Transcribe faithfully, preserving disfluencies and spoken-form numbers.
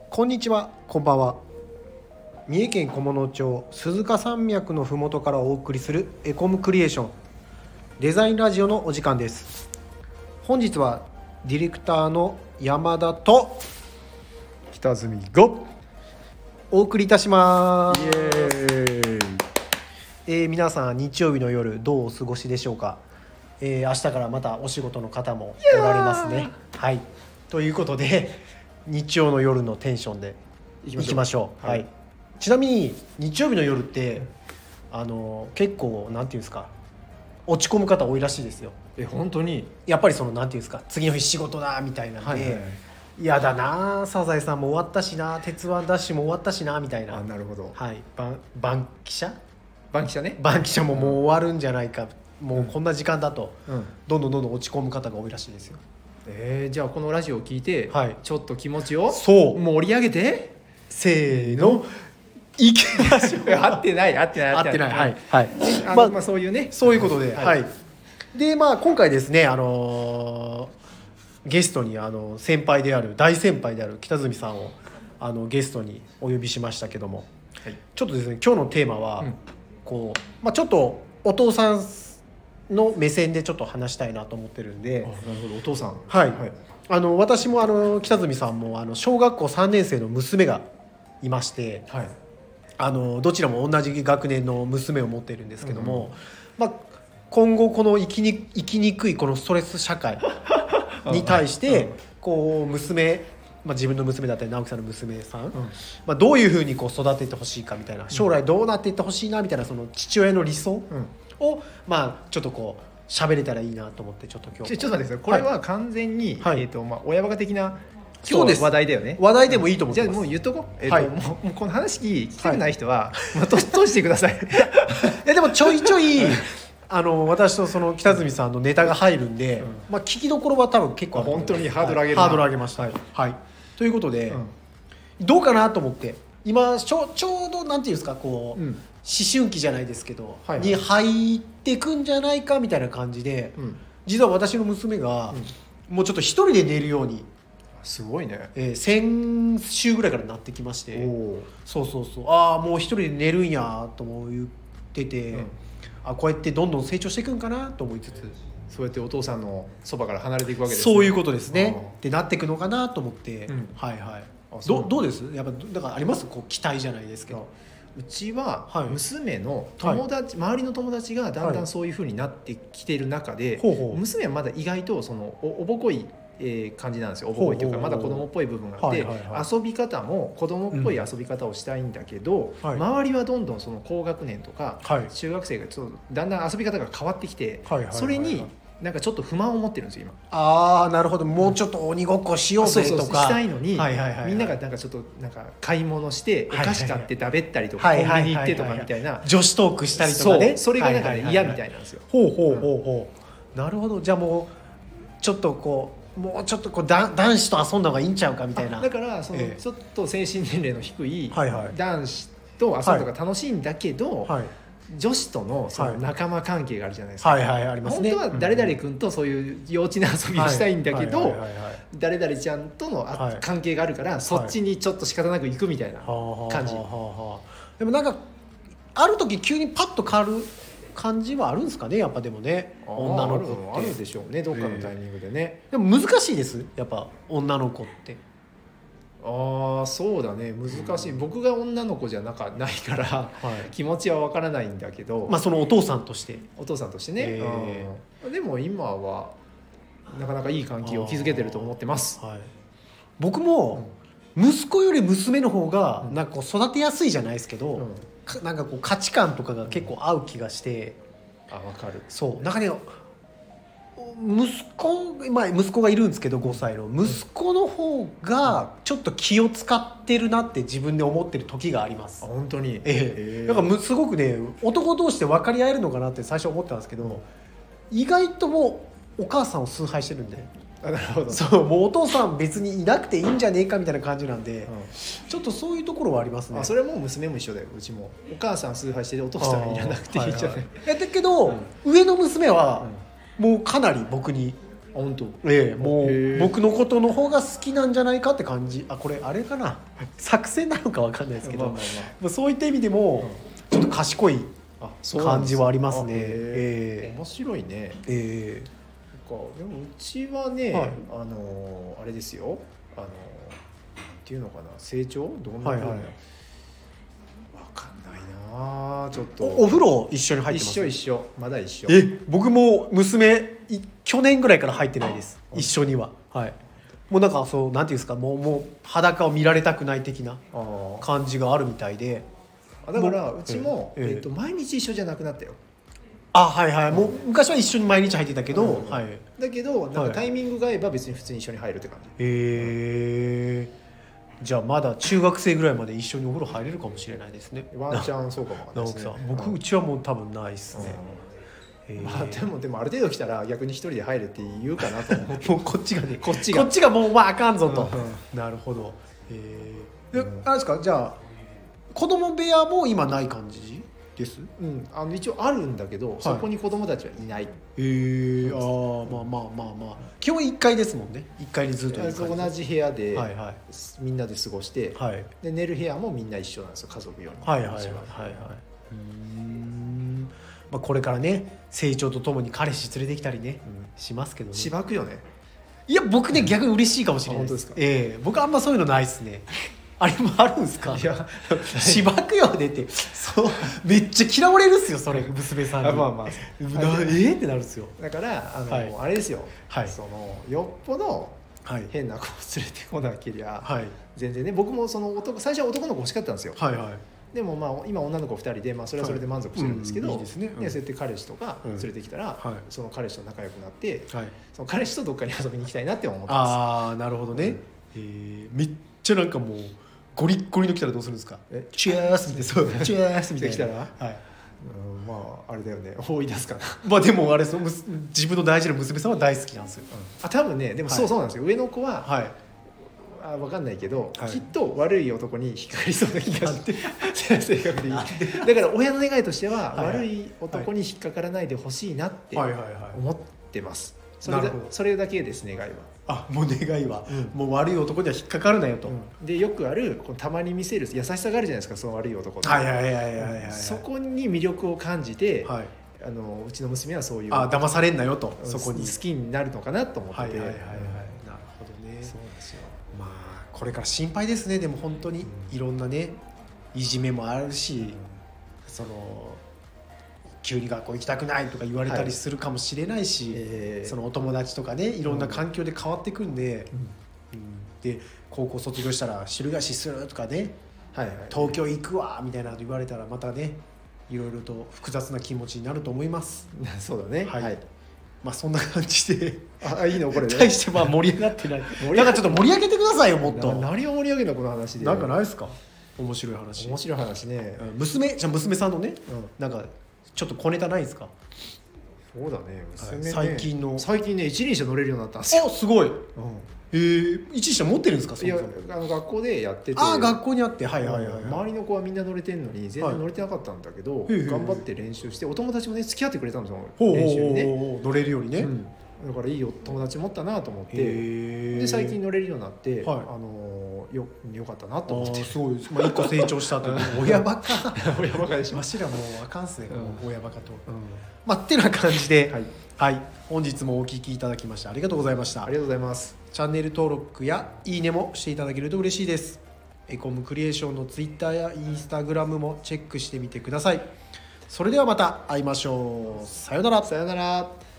こんにちは、こんばんは。三重県菰野町鈴鹿山脈のふもとからお送りするエコムクリエーションデザインラジオのお時間です。本日はディレクターの山田と北住がお送りいたしまイエす。 ーイ。 えー、皆さん日曜日の夜どうお過ごしでしょうか。えー、明日からまたお仕事の方もおられますね。はい。ということで日曜の夜のテンションでいきましょう。はい。ちなみに日曜日の夜ってあの結構なんていうんですか、落ち込む方多いらしいですよ。 え本当にやっぱりそのなんていうんですか、次の日仕事だみたいなんで、 はいはいはい、 やだな、サザエさんも終わったしな、鉄腕ダッシュも終わったしなみたいな。 あなるほど。 はい。バンバンキシャバンキシャね。 バンキシャももう終わるんじゃないか、もうこんな時間だと、 うん、 どんどんどんどん落ち込む方が多いらしいですよ。 えー、じゃあこのラジオを聞いて、 はい、 ちょっと気持ちをそう盛り上げてせーのいきましょう。 合ってない合ってない合ってない、はいはい、 あの、 まあまあ、そういうね、 そういうことで、 はい、 はい、でまあ今回ですね、あのー、ゲストにあの先輩である大先輩である北住さんをあのゲストにお呼びしましたけども、はい、ちょっとですね今日のテーマは、うん、こう、まあ、ちょっとお父さんの目線でちょっと話したいなと思ってるんで。 あなるほど、お父さん、 はい、はい、あの私もあの北住さんもあの小学校さんねん生の娘がいまして、はい、あのどちらも同じ学年の娘を持っているんですけども、うん、まあ、今後この生きに、生きにくいこのストレス社会に対してこう娘、まあ、自分の娘だったり直樹さんの娘さん、うん、まあ、どういうふうにこう育ててほしいかみたいな、将来どうなっていってほしいなみたいな、その父親の理想を、まあ、ちょっとこう喋れたらいいなと思って、ちょっと今日ちょっと待ってください。これは完全に、はい、えーとまあ、親バカ的な今日話題だよね。 話題でもいいと思ってます。 じゃあもう言っとこう、えーとはい、もうもうこの話聞きたくない人は、はい、まあ、閉じてください。 いやでもちょいちょいあの私とその北住さんのネタが入るんで、うん、まあ、聞きどころは多分結構ある。 本当にハードル上げる、 はい、ハードル上げました、はいはい、ということで、うん、どうかなと思って今ちょ、ちょうどなんていうんですか、こう、うん、思春期じゃないですけど、はいはい、に入ってくんじゃないかみたいな感じで、うん、実は私の娘が、うん、もうちょっと一人で寝るように、 すごいね、 えー、先週ぐらいからなってきまして、そうそうそう、ああもう一人で寝るんやとも言ってて、うん、あこうやってどんどん成長していくんかなと思いつつ、 そうやってお父さんのそばから離れていくわけですね。 そういうことですねってなっていくのかなと思って、うん、はいはい。ど, どうですやっぱだからありますこう期待じゃないですけど。 うちは娘の友達、はい、周りの友達がだんだんそういう風になってきてる中で、はい、娘はまだ意外とその お, おぼこい感じなんですよ。おぼこいというかまだ子供っぽい部分があって、はいはいはい、遊び方も子供っぽい遊び方をしたいんだけど、うん、周りはどんどんその高学年とか、はい、中学生がちょっとだんだん遊び方が変わってきて、はいはいはいはい、それになんかちょっと不満を持ってるんですよ今。 ああなるほど、もうちょっと鬼ごっこしようぜとか、 そうそうそうしたいのに、はいはいはいはい、みんながなんかちょっとなんか買い物してお菓子買ってだべったりとか、はいはいはい、コンビニ行ってとかみたいな女子トークしたりとかね、 そうそれがなんか、ね、はいはいはいはい、嫌みたいなんですよ。 ほうほうほうほう、うん、なるほど。じゃあもうちょっとこうもうちょっとこうだ男子と遊んだ方がいいんちゃうかみたいな。 だからその、ええ、ちょっと精神年齢の低い男子と遊んだ方が楽しいんだけど、はいはい、女子とのその仲間関係があるじゃないですか、 はいはいはい、ありますね。 本当は誰々君とそういう幼稚な遊びをしたいんだけど、誰々ちゃんとの関係があるから、はい、そっちにちょっと仕方なく行くみたいな感じ、はい、 でもなんかある時急にパッと変わる感じはあるんですかね、やっぱ。でもね、女の子ってあるでしょうね、どっかのタイミングでね、 えー、でも難しいですやっぱ女の子って。 ああそうだね、難しい、うん、僕が女の子じゃなかないから、はい、気持ちは分からないんだけど、 まあそのお父さんとしてお父さんとしてね、えー、でも今はなかなかいい関係を築けてると思ってます、はい、 僕も息子より娘の方がなんかこう育てやすいじゃないですけど、うん、なんかこう価値観とかが結構合う気がして、 あ分かる。 そうなんかね、息子、まあ、息子がいるんですけどごさいの息子の方がちょっと気を使ってるなって自分で思ってる時があります。 あ本当に、 ええ、だからすごくね男同士で分かり合えるのかなって最初思ってたんですけど、意外ともうお母さんを崇拝してるんで、 あなるほど、 そうもうお父さん別にいなくていいんじゃねえかみたいな感じなんで、うん、ちょっとそういうところはありますね。 あそれも娘も一緒だよ。うちもお母さん崇拝しててお父さんいらなくていいじゃない、はいはい、 だけど、うん、上の娘は、うんもうかなり僕に本当。 ええ、もう僕のことの方が好きなんじゃないかって感じ。あ、これあれかな、作戦なのかわかんないですけど、まあまあまあ、そういった意味でもちょっと賢い感じはありますね。ええ面白いね。 ええでもうちはね、はい、あのあれですよ、あのっていうのかな、成長どんなふうに、はいはい、分かんないな、ちょっとお, お風呂一緒に入ってます？ 一緒一緒、まだ一緒。 え、僕も娘去年ぐらいから入ってないです、一緒には。はい、もうなんかそう、なんていうんですか、もうもう裸を見られたくない的な感じがあるみたいで。 あ、だからうちも、えーえー、と毎日一緒じゃなくなったよ。 あ、はいはい、もう昔は一緒に毎日入ってたけど、うん、はい、 だけどなんかタイミングが合えば別に普通に一緒に入るって感じ。へえー、じゃあまだ中学生ぐらいまで一緒にお風呂入れるかもしれないですね。 ワンチャンそうかもわかんないですね。 僕うちはもう多分ないですね。 まあ、でもでもある程度来たら逆に一人で入れって言うかなと思ってもうこっちがねこっちがこっちがもうまああかんぞと、うん、なるほど。えー、で、うん、あれですか、じゃあ子供部屋も今ない感じです？ うん、あの一応あるんだけど、はい、そこに子供たちはいない。へえー、ああ、まあまあまあまあ基本いっかいですもんね。いっかいにずっといる感じ。 同じ部屋で、 はいはい、 みんなで過ごして、はい、で寝る部屋もみんな一緒なんですよ、家族用に。 はいはいはいはいはい。うーん、まあ、これからね成長とともに彼氏連れてきたりね、うん、しますけどね。 しばくよね。 いや僕ね、うん、逆に嬉しいかもしれないです。本当ですか？ええー、僕あんまそういうのないですね。あれもあるんですか？いや、しばくよねって、そうめっちゃ嫌われるっすよ、それ娘さんに。あ、まあまあ、えー、ってなるんですよ。 だからあの、はい、あれですよ、はい、そのよっぽど変な子を連れてこなけりゃ、はい、全然ね。僕もその男最初は男の子欲しかったんですよ。はいはい、でもまあ今女の子ふたりで、まあ、それはそれで満足してるんですけど、はい、うん、いいですね、うん、でそうやって彼氏とか連れてきたら、うん、はい、その彼氏と仲良くなって、はい、その彼氏とどっかに遊びに行きたいなって思ってます。ああ、なるほどね。うん、えー、めっちゃなんかもうゴリッゴリの来たらどうするんですか？え、チェースみたいな、そうチェースみたいな来たら、はい、うん、まああれだよね、追い出すかな。まあでもあれ、その自分の大事な娘さんは大好きなんですよ。うん、あ、多分ね、でもそうそうなんですよ。上の子は、はい、あ、分かんないけど、はい、きっと悪い男に引っかかりそうな気がして性格でいい。だから親の願いとしては、はい、悪い男に引っかからないでほしいなって思ってます。それだ、それだけです、願いは。あ、もう願いは、うん、もう悪い男には引っかかるなよと、うん、でよくあるこうたまに見せる優しさがあるじゃないですか、その悪い男って。はいはいはいはいはい、はい、そこに魅力を感じて、はい、あのうちの娘はそういう、あ、騙されんなよと、そこに好きになるのかなと思って。はいはいはいはい、なるほどね。そうですよ。まあこれから心配ですね。でも本当にいろんなね、いじめもあるし、うん、その急に学校行きたくないとか言われたりするかもしれないし、はい、えー、そのお友達とかね、いろんな環境で変わってくんで、うんうん、で高校卒業したら一人暮らしするとかね、はいはい、東京行くわみたいなこと言われたらまたね、いろいろと複雑な気持ちになると思います。そうだね。はい、はい、まあそんな感じで、あ、いいのこれね。対してまあ盛り上がってない。なんかちょっと盛り上げてくださいよ、もっと。何を盛り上げるのこの話で。なんかないですか？面白い話。面白い話ね。娘、じゃあ娘さんのね、うん、なんかちょっと小ネタないですか？そうだね、娘ね、最近の最近ね、一輪車乗れるようになったんですよ。あ、すごい。うん、えー、一輪車持ってるんですか？そもそも。いや、あの学校でやってて。あ、学校にあって、はいはいはい、はい、周りの子はみんな乗れてんのに全然乗れてなかったんだけど、はい、頑張って練習して、お友達もね付き合ってくれたんですよ、練習にね。乗れるようにね、うん、だからいいよ、友達持ったなと思って、で最近乗れるようになって、はい、あのよよかったなと思って。すごい、まあ、一個成長したという親バカ親バカでしょ。わしらもうあかんっすね、うん、親バカと、うん、まあってな感じで、はい、はい、本日もお聞きいただきましてありがとうございました。ありがとうございます。チャンネル登録やいいねもしていただけると嬉しいです。エコムクリエーションのツイッターやインスタグラムもチェックしてみてください。それではまた会いましょう。さよなら。さよなら。